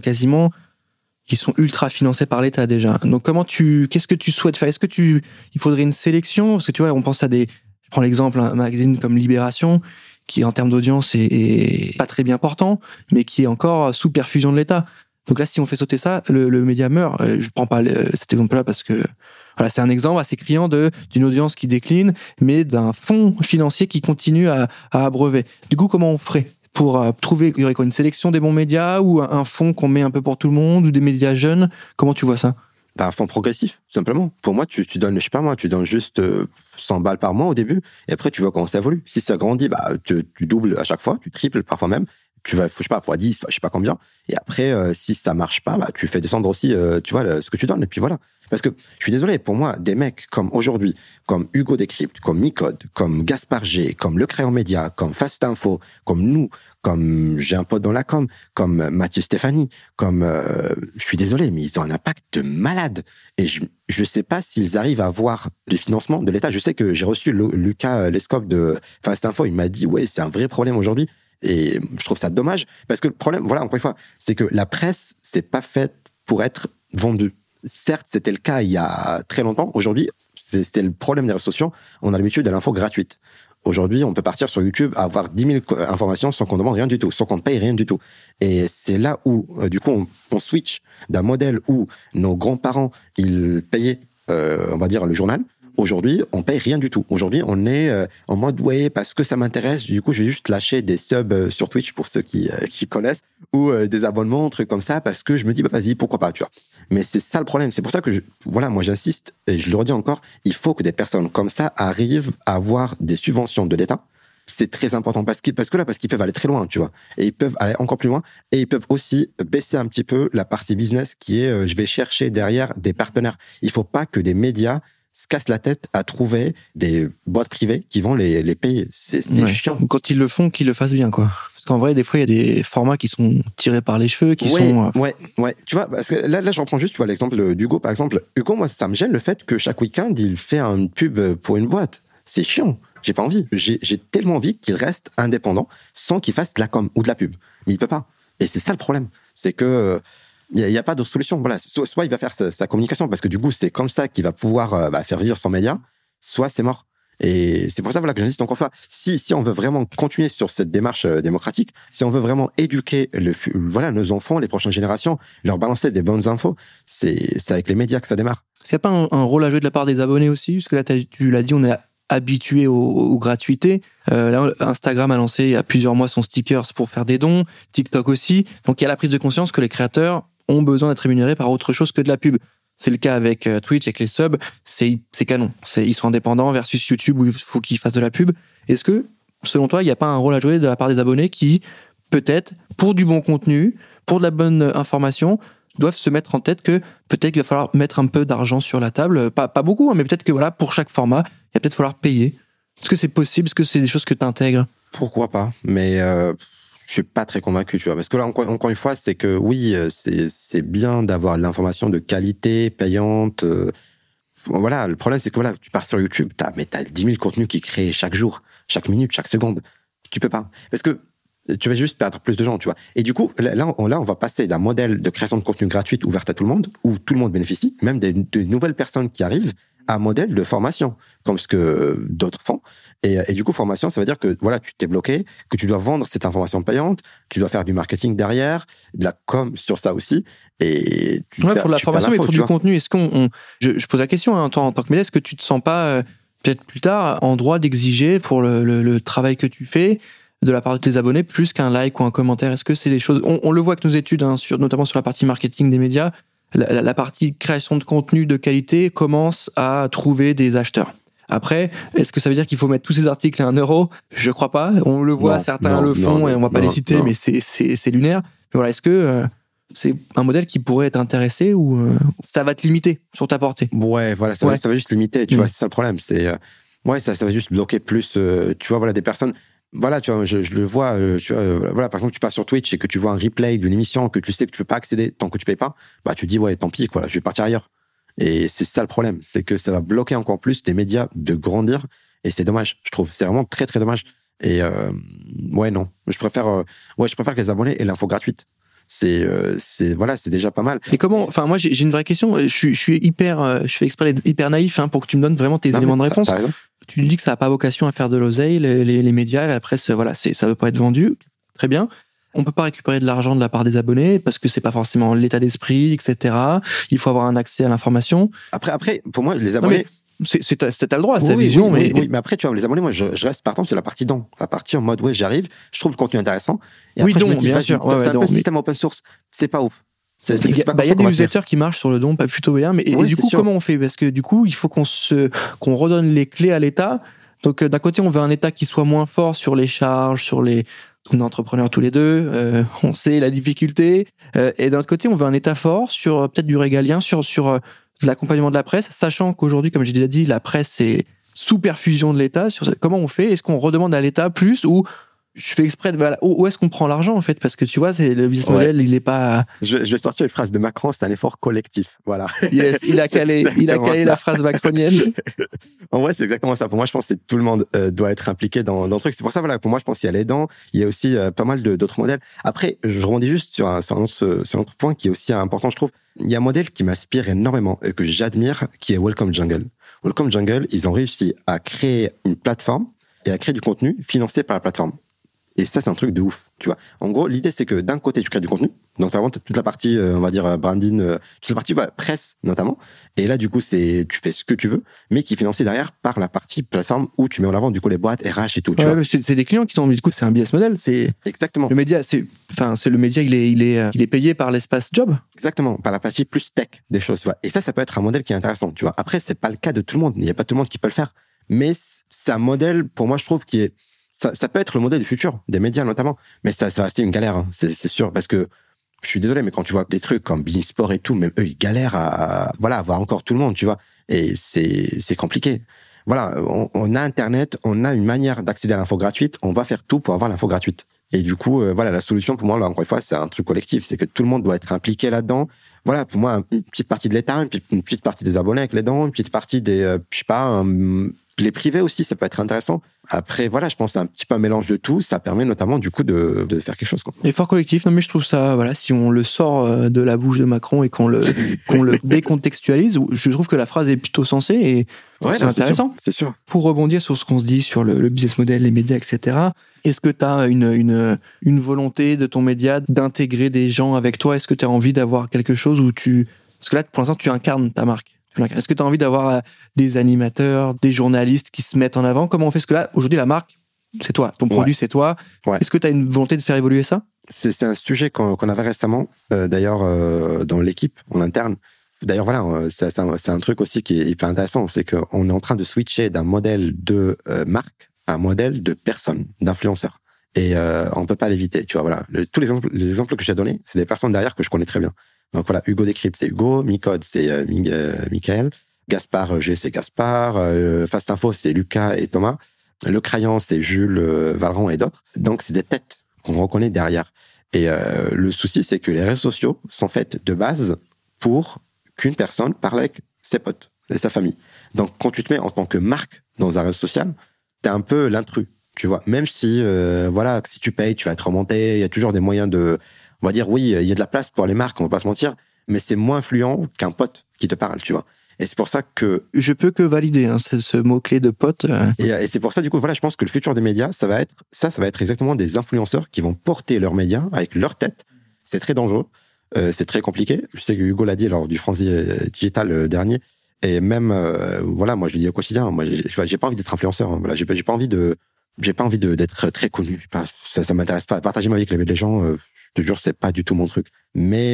sont ultra financés par l'État déjà. Donc, qu'est-ce que tu souhaites faire? Il faudrait une sélection? Parce que tu vois, on pense je prends l'exemple, un magazine comme Libération, qui en termes d'audience est pas très bien portant, mais qui est encore sous perfusion de l'État. Donc là, si on fait sauter ça, le média meurt. Je prends pas cet exemple-là parce que voilà, c'est un exemple assez criant d'une audience qui décline, mais d'un fonds financier qui continue à abreuver. Du coup, comment on ferait pour trouver, il y aurait quoi, une sélection des bons médias ou un fonds qu'on met un peu pour tout le monde ou des médias jeunes? Comment tu vois ça? T'as un fonds progressif, tout simplement. Pour moi, tu donnes, je sais pas moi, tu donnes juste 100 balles par mois au début, et après, tu vois comment ça évolue. Si ça grandit, bah, tu doubles à chaque fois, tu triples parfois même. Tu vas, je sais pas, fois 10, je sais pas combien. Et après, si ça marche pas, bah, tu fais descendre aussi, tu vois, ce que tu donnes, et puis voilà. Parce que, je suis désolé, pour moi, des mecs comme aujourd'hui, comme Hugo Décrypte, comme Micode, comme Gaspard G, comme Le Crayon Média, comme Fast Info, comme nous, comme J'ai un pote dans la com, comme Mathieu Stéphanie, comme, je suis désolé, mais ils ont un impact de malade. Et je sais pas s'ils arrivent à avoir du financement de l'État. Je sais que j'ai reçu Lucas Lescope de Fast Info, il m'a dit, ouais, c'est un vrai problème aujourd'hui. Et je trouve ça dommage, parce que le problème, voilà, encore une fois, c'est que la presse, c'est pas faite pour être vendue. Certes, c'était le cas il y a très longtemps. Aujourd'hui, c'était le problème des réseaux sociaux. On a l'habitude de l'info gratuite. Aujourd'hui, on peut partir sur YouTube, avoir 10 000 informations sans qu'on demande rien du tout, sans qu'on paye rien du tout. Et c'est là où, du coup, on switch d'un modèle où nos grands-parents, ils payaient, on va dire, le journal. Aujourd'hui, on paye rien du tout. Aujourd'hui, on est en mode, ouais, parce que ça m'intéresse, du coup, je vais juste lâcher des subs sur Twitch pour ceux qui connaissent, ou des abonnements, trucs comme ça, parce que je me dis, bah vas-y, pourquoi pas, tu vois. Mais c'est ça le problème. C'est pour ça que, voilà, moi j'insiste, et je le redis encore, il faut que des personnes comme ça arrivent à avoir des subventions de l'État. C'est très important parce qu'ils peuvent aller très loin, tu vois. Et ils peuvent aller encore plus loin. Et ils peuvent aussi baisser un petit peu la partie business qui est, je vais chercher derrière des partenaires. Il faut pas que des médias se cassent la tête à trouver des boîtes privées qui vont les payer. C'est chiant. Quand ils le font, qu'ils le fassent bien, quoi. Parce qu'en vrai, des fois, il y a des formats qui sont tirés par les cheveux, Ouais. Tu vois, parce que là, j'en prends juste, tu vois, l'exemple d'Hugo, par exemple. Hugo, moi, ça me gêne le fait que chaque week-end, il fait une pub pour une boîte. C'est chiant. J'ai pas envie. J'ai tellement envie qu'il reste indépendant sans qu'il fasse de la com ou de la pub. Mais il peut pas. Et c'est ça le problème. C'est que il y a pas d'autre solution. Voilà. Soit il va faire sa communication parce que du coup, c'est comme ça qu'il va pouvoir faire vivre son média. Soit c'est mort. Et c'est pour ça voilà, que j'insiste encore une fois. Si on veut vraiment continuer sur cette démarche démocratique, si on veut vraiment éduquer nos enfants, les prochaines générations, leur balancer des bonnes infos, c'est avec les médias que ça démarre. Est-ce qu'il n'y a pas un rôle à jouer de la part des abonnés aussi? Parce que là, tu l'as dit, on est habitué aux gratuités. Là, Instagram a lancé il y a plusieurs mois son stickers pour faire des dons, TikTok aussi. Donc il y a la prise de conscience que les créateurs ont besoin d'être rémunérés par autre chose que de la pub. C'est le cas avec Twitch, avec les subs, c'est canon. Ils sont indépendants versus YouTube où il faut qu'ils fassent de la pub. Est-ce que, selon toi, il n'y a pas un rôle à jouer de la part des abonnés qui, peut-être, pour du bon contenu, pour de la bonne information, doivent se mettre en tête que peut-être qu'il va falloir mettre un peu d'argent sur la table, pas beaucoup, hein, mais peut-être que voilà, pour chaque format, il va peut-être falloir payer. Est-ce que c'est possible? Est-ce que c'est des choses que tu intègres? Pourquoi pas? Mais je suis pas très convaincu, tu vois. Parce que là, encore une fois, c'est que oui, c'est bien d'avoir de l'information de qualité, payante. Voilà, le problème, c'est que voilà, tu pars sur YouTube, t'as 10 000 contenus qui créent chaque jour, chaque minute, chaque seconde. Tu peux pas. Parce que tu vas juste perdre plus de gens, tu vois. Et du coup, là, on va passer d'un modèle de création de contenu gratuite ouverte à tout le monde, où tout le monde bénéficie, même de nouvelles personnes qui arrivent, à un modèle de formation, comme ce que d'autres font. Et du coup, formation, ça veut dire que voilà, tu t'es bloqué, que tu dois vendre cette information payante, tu dois faire du marketing derrière, de la com sur ça aussi. Et pour la formation, mais pour du contenu, est-ce je pose la question en tant que média, est-ce que tu te sens pas peut-être plus tard en droit d'exiger pour le travail que tu fais de la part de tes abonnés plus qu'un like ou un commentaire? Est-ce que c'est des choses, on le voit avec nos études, hein, notamment sur la partie marketing des médias, la partie création de contenu de qualité commence à trouver des acheteurs. Après, est-ce que ça veut dire qu'il faut mettre tous ces articles à 1 euro? Je crois pas. On le voit, certains le font et on va pas les citer, mais c'est lunaire. Mais voilà, est-ce que c'est un modèle qui pourrait être intéressé ou ça va te limiter sur ta portée? Ouais, voilà, ça va juste limiter, tu vois, c'est ça le problème. C'est ça va juste bloquer plus, tu vois, voilà, des personnes. Voilà, tu vois, je le vois, tu vois, voilà, par exemple, tu passes sur Twitch et que tu vois un replay d'une émission que tu sais que tu peux pas accéder tant que tu payes pas, bah, tu dis, ouais, tant pis, quoi, je vais partir ailleurs. Et c'est ça le problème, c'est que ça va bloquer encore plus tes médias de grandir, et c'est dommage, je trouve, c'est vraiment très, très dommage. Et, ouais, non, je préfère que les abonnés aient l'info gratuite. C'est déjà pas mal. Et comment, enfin, moi, j'ai une vraie question, je fais exprès d'être hyper naïf, hein, pour que tu me donnes vraiment tes éléments de réponse. Tu dis que ça n'a pas vocation à faire de l'oseille, les médias, la presse, voilà, ça veut pas être vendu. Très bien. On peut pas récupérer de l'argent de la part des abonnés parce que c'est pas forcément l'état d'esprit, etc. Il faut avoir un accès à l'information. Après, pour moi, les abonnés. T'as le droit, c'est ta vision, mais. Oui, mais après, tu vois, les abonnés, moi, je reste partant sur la partie don. La partie en mode, ouais, j'arrive, je trouve le contenu intéressant. Et après, je me dis, bien sûr. c'est un peu système open source. C'est pas ouf. Il y a des newsletters qui marchent sur le don, pas plutôt bien, mais et du coup, comment on fait? Parce que du coup, il faut qu'on redonne les clés à l'État. Donc, d'un côté, on veut un État qui soit moins fort sur les charges, on est entrepreneurs tous les deux, on sait la difficulté. Et d'un autre côté, on veut un État fort sur peut-être du régalien, sur de l'accompagnement de la presse, sachant qu'aujourd'hui, comme j'ai déjà dit, la presse c'est sous perfusion de l'État. Comment on fait? Est-ce qu'on redemande à l'État plus ou je fais exprès où est-ce qu'on prend l'argent en fait? Parce que tu vois, le business model, il est pas. Je vais sortir une phrase de Macron, c'est un effort collectif. Voilà. Yes, il a calé la phrase macronienne. En vrai, c'est exactement ça. Pour moi, je pense que tout le monde doit être impliqué dans le truc. C'est pour ça, voilà, pour moi, je pense qu'il y a les dents. Il y a aussi pas mal d'autres modèles. Après, je rebondis juste sur un autre point qui est aussi important, je trouve. Il y a un modèle qui m'inspire énormément et que j'admire, qui est Welcome Jungle. Welcome Jungle, ils ont réussi à créer une plateforme et à créer du contenu financé par la plateforme. Et ça, c'est un truc de ouf, tu vois. En gros, l'idée, c'est que d'un côté, tu crées du contenu. Donc, t'as vraiment toute la partie, on va dire, branding, toute la partie presse, notamment. Et là, du coup, tu fais ce que tu veux, mais qui est financé derrière par la partie plateforme où tu mets en avant, du coup, les boîtes, RH et tout, tu vois. C'est des clients qui sont, du coup, c'est un business model. Exactement. Le média, le média, il est payé par l'espace job. Exactement. Par la partie plus tech des choses, tu vois. Et ça peut être un modèle qui est intéressant, tu vois. Après, c'est pas le cas de tout le monde. Il n'y a pas tout le monde qui peut le faire. Mais c'est un modèle, pour moi, je trouve, qui est, ça peut être le modèle du futur, des médias notamment, mais ça va rester une galère, hein, c'est sûr, parce que je suis désolé, mais quand tu vois des trucs comme Bein Sport et tout, même eux, ils galèrent à voir encore tout le monde, tu vois, et c'est compliqué. Voilà, on a Internet, on a une manière d'accéder à l'info gratuite, on va faire tout pour avoir l'info gratuite. Et du coup, voilà, la solution pour moi, là, encore une fois, c'est un truc collectif, c'est que tout le monde doit être impliqué là-dedans. Voilà, pour moi, une petite partie de l'État, une petite partie des abonnés avec les dons, une petite partie des, je sais pas, Les privés aussi, ça peut être intéressant. Après, voilà, je pense que c'est un petit peu un mélange de tout. Ça permet notamment, du coup, de faire quelque chose, quoi. Effort collectif, non mais je trouve ça, voilà, si on le sort de la bouche de Macron et qu'on le décontextualise, je trouve que la phrase est plutôt sensée et c'est intéressant. C'est sûr. Pour rebondir sur ce qu'on se dit sur le business model, les médias, etc., est-ce que tu as une volonté de ton média d'intégrer des gens avec toi? Est-ce que tu as envie d'avoir quelque chose où parce que là, pour l'instant, tu incarnes ta marque. Est-ce que tu as envie d'avoir des animateurs, des journalistes qui se mettent en avant? Comment on fait? Parce que là, aujourd'hui, la marque, c'est toi. Ton produit, c'est toi. Ouais. Est-ce que tu as une volonté de faire évoluer ça? C'est un sujet qu'on avait récemment, d'ailleurs, dans l'équipe, en interne. D'ailleurs, voilà, c'est un truc aussi qui est hyper intéressant. C'est qu'on est en train de switcher d'un modèle de marque à un modèle de personne, d'influenceur. Et on peut pas l'éviter. Tu vois, voilà. Tous les exemples que j'ai donnés, c'est des personnes derrière que je connais très bien. Donc voilà, Hugo Décrypte, c'est Hugo, Micode, c'est Michael, Gaspard G, c'est Gaspard, Fast Info, c'est Lucas et Thomas, Le Crayon, c'est Jules, Valran et d'autres. Donc c'est des têtes qu'on reconnaît derrière. Et le souci, c'est que les réseaux sociaux sont faits de base pour qu'une personne parle avec ses potes et sa famille. Donc quand tu te mets en tant que marque dans un réseau social, t'es un peu l'intrus, tu vois. Même si, voilà, si tu payes, tu vas être remonté, il y a toujours des moyens on va dire, oui, il y a de la place pour les marques, on va pas se mentir, mais c'est moins influent qu'un pote qui te parle, tu vois. Et c'est pour ça que... Je peux que valider ce mot-clé de pote. Et c'est pour ça, du coup, voilà, je pense que le futur des médias, ça va être exactement des influenceurs qui vont porter leurs médias avec leur tête. C'est très dangereux, c'est très compliqué. Je sais que Hugo l'a dit lors du France Digital dernier. Et même, voilà, moi, je le dis au quotidien, moi, j'ai pas envie d'être influenceur. Hein, voilà, j'ai pas envie d'être très connu. Ça m'intéresse pas. Partager ma vie avec les gens, je te jure, c'est pas du tout mon truc. Mais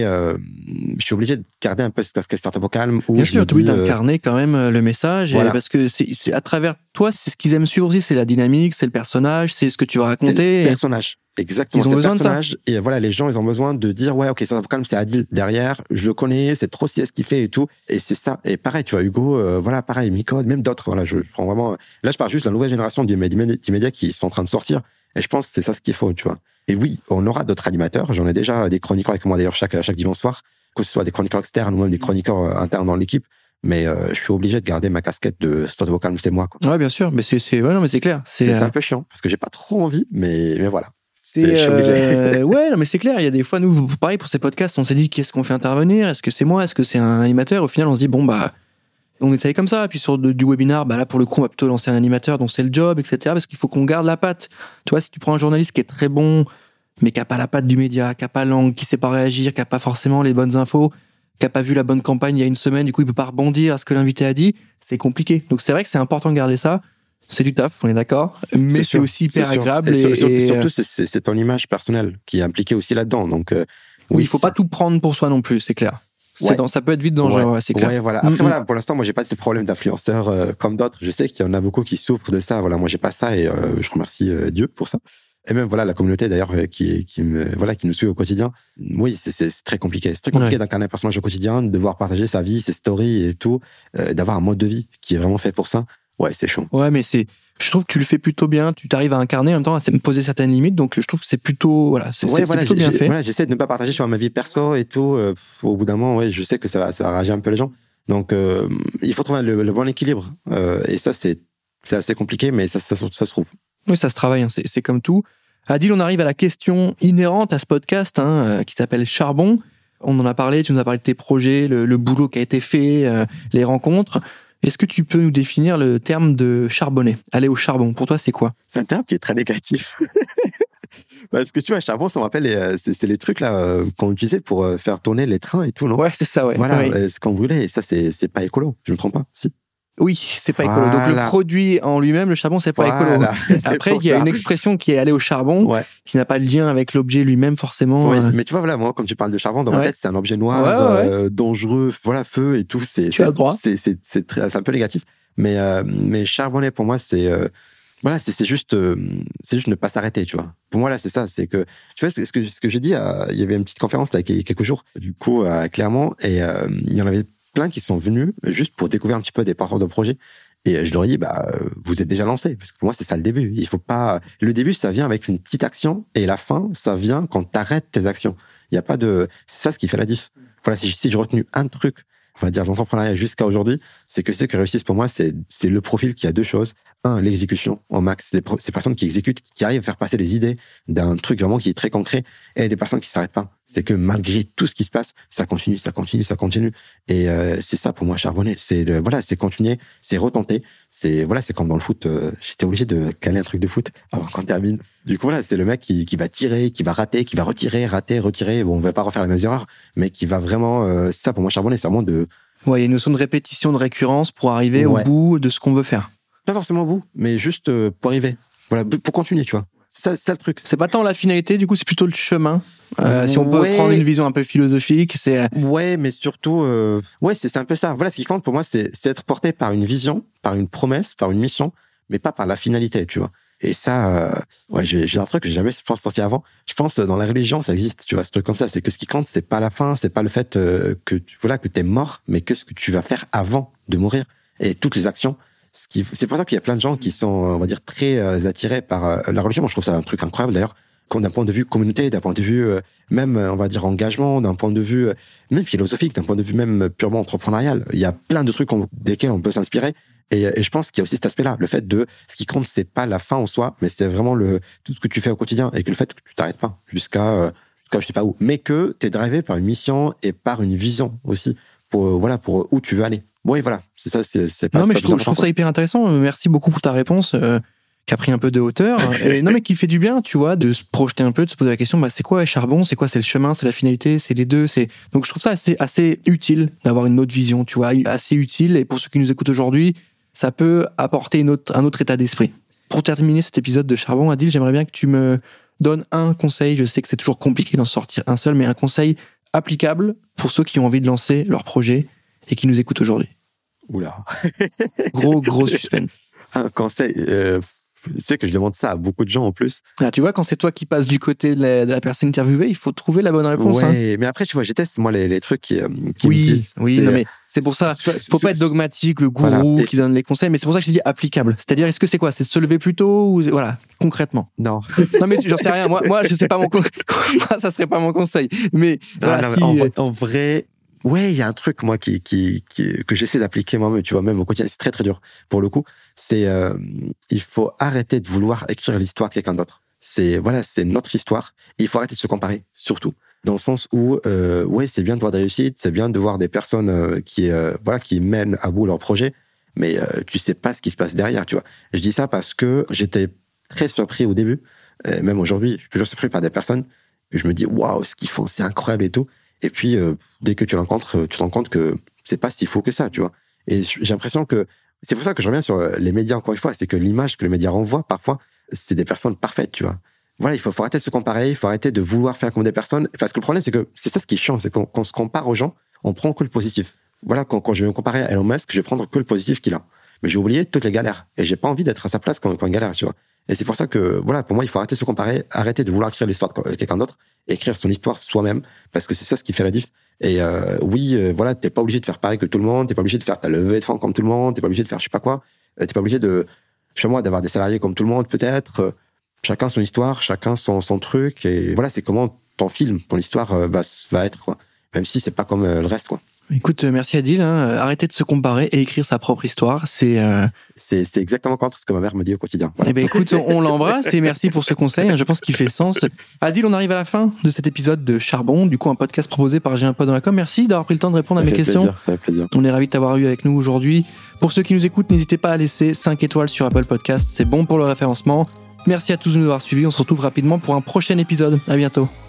je suis obligé de garder un peu ce casquette startup au calme. Bien sûr, tu es obligé d'incarner quand même le message. Voilà. Parce que c'est à travers toi, c'est ce qu'ils aiment suivre aussi, c'est la dynamique, c'est le personnage, c'est ce que tu vas raconter. C'est le personnage. Exactement. Ils ont besoin de ça. Et voilà, les gens, ils ont besoin de dire, ouais, ok, startup au calme, c'est Adil derrière, je le connais, c'est trop stylé ce qu'il fait et tout. Et c'est ça. Et pareil, tu vois, Hugo, voilà, pareil, Micode, même d'autres. Voilà, je prends vraiment. Là, je parle juste de la nouvelle génération d'immédiats qui sont en train de sortir. Et je pense que c'est ça ce qu'il faut, tu vois. Et oui, on aura d'autres animateurs. J'en ai déjà des chroniqueurs avec moi d'ailleurs chaque dimanche soir, que ce soit des chroniqueurs externes ou même des chroniqueurs internes dans l'équipe. Mais je suis obligé de garder ma casquette de startup au calme, c'est moi, quoi. Ouais, bien sûr. Mais c'est clair. C'est un peu chiant parce que j'ai pas trop envie, mais voilà. Je suis obligé. Ouais, non, mais c'est clair. Il y a des fois, nous, pareil pour ces podcasts, on s'est dit qui est-ce qu'on fait intervenir? Est-ce que c'est moi? Est-ce que c'est un animateur? Au final, on se dit bon on essaye comme ça. Puis sur du webinar, là pour le coup, on va plutôt lancer un animateur dont c'est le job, etc. Parce qu'il faut qu'on garde la patte. Tu vois, si tu prends un journaliste qui est très bon, mais qui a pas la patte du média, qui a pas l'angle, qui sait pas réagir, qui a pas forcément les bonnes infos, qui a pas vu la bonne campagne il y a une semaine, du coup il peut pas rebondir à ce que l'invité a dit, c'est compliqué. Donc c'est vrai que c'est important de garder ça. C'est du taf, on est d'accord, mais c'est aussi hyper agréable. Et surtout, c'est ton image personnelle qui est impliquée aussi là-dedans. Donc oui, il faut pas tout prendre pour soi non plus, c'est clair. Ouais. Ça peut être vite dangereux, c'est clair. Ouais, voilà. Après, voilà, pour l'instant, moi, j'ai pas de problèmes d'influenceurs comme d'autres. Je sais qu'il y en a beaucoup qui souffrent de ça. Voilà, moi, j'ai pas ça et je remercie Dieu pour ça. Et même, voilà, la communauté, d'ailleurs, qui nous suit au quotidien. Oui, c'est très compliqué. C'est très compliqué d'incarner un personnage au quotidien, de devoir partager sa vie, ses stories et tout, d'avoir un mode de vie qui est vraiment fait pour ça. Ouais, c'est chaud. Ouais, mais je trouve que tu le fais plutôt bien. Tu t'arrives à incarner en même temps, à me poser certaines limites. Donc, je trouve que c'est plutôt, plutôt bien fait. Voilà, j'essaie de ne pas partager sur ma vie perso et tout. Au bout d'un moment, ouais, je sais que ça va rager un peu les gens. Donc, il faut trouver le bon équilibre. Et ça, c'est assez compliqué, mais ça se trouve. Oui, ça se travaille. Hein, c'est comme tout. Adil, on arrive à la question inhérente à ce podcast, qui s'appelle Charbon. On en a parlé. Tu nous as parlé de tes projets, le boulot qui a été fait, les rencontres. Est-ce que tu peux nous définir le terme de charbonner? Aller au charbon, pour toi, c'est quoi? C'est un terme qui est très négatif. Parce que tu vois, charbon, ça me rappelle, c'est les trucs là qu'on utilisait pour faire tourner les trains et tout, non? Ouais, c'est ça, ouais. Voilà, oui. ce qu'on brûlait, et ça, c'est pas écolo, je me trompe pas, si. Oui, c'est pas écolo. Donc le produit en lui-même, le charbon, c'est pas écolo. Après, il y a une expression qui est aller au charbon, qui n'a pas le lien avec l'objet lui-même forcément. Ouais, mais tu vois, voilà, moi, comme tu parles de charbon, dans ma tête, c'est un objet noir, dangereux, voilà, feu et tout. Tu as le droit. C'est un peu négatif. Mais charbonner, pour moi, c'est juste ne pas s'arrêter, tu vois. Pour moi, là, c'est ça. C'est que, tu vois, ce que j'ai dit, il y avait une petite conférence là, il y a quelques jours, du coup, à Clermont, et il y en avait plein qui sont venus juste pour découvrir un petit peu des parcours de projet. Et je leur ai dit, vous êtes déjà lancé. Parce que pour moi, c'est ça le début. Il faut pas, le début, ça vient avec une petite action et la fin, ça vient quand t'arrêtes tes actions. Il y a pas de, c'est ça ce qui fait la diff. Voilà, si j'ai retenu un truc, on va dire, l'entrepreneuriat jusqu'à aujourd'hui, C'est que ceux qui réussissent pour moi, c'est le profil qui a deux choses. Un, l'exécution en max. Ces personnes qui exécutent, qui arrivent à faire passer les idées d'un truc vraiment qui est très concret, et des personnes qui s'arrêtent pas. C'est que malgré tout ce qui se passe, ça continue. Et c'est ça pour moi, charbonner. C'est continuer, c'est retenter. C'est comme dans le foot. J'étais obligé de caler un truc de foot avant qu'on termine. Du coup, c'est le mec qui va tirer, qui va rater, qui va retirer, retirer. Bon, on va pas refaire les mêmes erreurs, mais qui va vraiment. Ça pour moi, charbonner, c'est vraiment de. Ouais, il y a une notion de répétition, de récurrence pour arriver au bout de ce qu'on veut faire. Pas forcément au bout, mais juste pour arriver. Voilà, pour continuer, tu vois. C'est ça le truc. C'est pas tant la finalité, du coup, c'est plutôt le chemin. Si on peut prendre une vision un peu philosophique, c'est... Ouais, mais surtout... c'est un peu ça. Voilà, ce qui compte pour moi, c'est être porté par une vision, par une promesse, par une mission, mais pas par la finalité, tu vois. Et ça, j'ai un truc que j'ai jamais senti avant. Je pense dans la religion, ça existe, tu vois, ce truc comme ça. C'est que ce qui compte, c'est pas la fin, c'est pas le fait que t'es mort, mais que ce que tu vas faire avant de mourir. Et toutes les actions. C'est pour ça qu'il y a plein de gens qui sont, on va dire, très attirés par la religion. Moi, je trouve ça un truc incroyable, d'ailleurs. D'un point de vue communauté, d'un point de vue même, on va dire, engagement, d'un point de vue même philosophique, d'un point de vue même purement entrepreneurial. Il y a plein de trucs desquels on peut s'inspirer. Et je pense qu'il y a aussi cet aspect-là, le fait de ce qui compte, c'est pas la fin en soi, mais c'est vraiment tout ce que tu fais au quotidien et que le fait que tu t'arrêtes pas jusqu'à je sais pas où, mais que t'es drivé par une mission et par une vision aussi pour où tu veux aller. Bon, et voilà, c'est ça, c'est pas. Non, mais je trouve ça hyper intéressant. Merci beaucoup pour ta réponse. Qui a pris un peu de hauteur. Non, mais qui fait du bien, tu vois, de se projeter un peu, de se poser la question, c'est quoi charbon, c'est quoi, c'est le chemin, c'est la finalité, c'est les deux, donc je trouve ça assez utile d'avoir une autre vision, tu vois, assez utile, et pour ceux qui nous écoutent aujourd'hui, ça peut apporter un autre état d'esprit. Pour terminer cet épisode de Charbon, Adil, j'aimerais bien que tu me donnes un conseil, je sais que c'est toujours compliqué d'en sortir un seul, mais un conseil applicable pour ceux qui ont envie de lancer leur projet et qui nous écoutent aujourd'hui. Oula. Gros suspense. Un conseil, tu sais que je demande ça à beaucoup de gens en plus. Ah, tu vois, quand c'est toi qui passes du côté de la personne interviewée, il faut trouver la bonne réponse. Ouais, mais après, tu vois, je teste moi les trucs qui me disent. Oui, non mais c'est pour ça. Faut pas être dogmatique, le gourou qui donne les conseils, mais c'est pour ça que je dis applicable. C'est-à-dire, est-ce que c'est quoi? C'est de se lever plus tôt ou voilà, concrètement? Non. Non mais j'en sais rien. Moi, je sais pas moi, ça serait pas mon conseil. Mais en vrai. Ouais, il y a un truc, moi, que j'essaie d'appliquer moi-même, tu vois, même au quotidien. C'est très, très dur. Pour le coup, c'est, il faut arrêter de vouloir écrire l'histoire de quelqu'un d'autre. C'est notre histoire. Et il faut arrêter de se comparer, surtout. Dans le sens où, c'est bien de voir des réussites, c'est bien de voir des personnes qui mènent à bout leur projet, mais tu sais pas ce qui se passe derrière, tu vois. Je dis ça parce que j'étais très surpris au début, même aujourd'hui, je suis toujours surpris par des personnes que je me dis, waouh, ce qu'ils font, c'est incroyable et tout. Et puis, dès que tu rencontres, tu te rends compte que c'est pas si faux que ça, tu vois. Et j'ai l'impression que, c'est pour ça que je reviens sur les médias encore une fois, c'est que l'image que les médias renvoient, parfois, c'est des personnes parfaites, tu vois. Voilà, il faut arrêter de se comparer, il faut arrêter de vouloir faire comme des personnes. Parce que le problème, c'est que c'est ça ce qui est chiant, c'est qu'on se compare aux gens, on prend que le positif. Voilà, quand je vais me comparer à Elon Musk, je vais prendre que le positif qu'il a. Mais j'ai oublié toutes les galères. Et j'ai pas envie d'être à sa place quand il galère, tu vois. Et c'est pour ça que, pour moi, il faut arrêter de se comparer, arrêter de vouloir écrire l'histoire de quelqu'un d'autre, écrire son histoire soi-même, parce que c'est ça ce qui fait la diff. Et t'es pas obligé de faire pareil que tout le monde, t'es pas obligé de faire ta levée de fonds comme tout le monde, t'es pas obligé de faire je sais pas quoi, t'es pas obligé d'avoir des salariés comme tout le monde peut-être. Chacun son histoire, chacun son truc, et voilà, c'est comment ton film, ton histoire va être, quoi. Même si c'est pas comme le reste, quoi. Écoute, merci Adil. Arrêtez de se comparer et écrire sa propre histoire. C'est exactement contre ce que ma mère me dit au quotidien. Voilà. Eh ben écoute, on l'embrasse et merci pour ce conseil. Je pense qu'il fait sens. Adil, on arrive à la fin de cet épisode de Charbon. Du coup, un podcast proposé par J'ai un pote dans la com. Merci d'avoir pris le temps de répondre à mes questions. Ça fait plaisir. On est ravis de t'avoir eu avec nous aujourd'hui. Pour ceux qui nous écoutent, n'hésitez pas à laisser 5 étoiles sur Apple Podcast. C'est bon pour le référencement. Merci à tous de nous avoir suivis. On se retrouve rapidement pour un prochain épisode. À bientôt.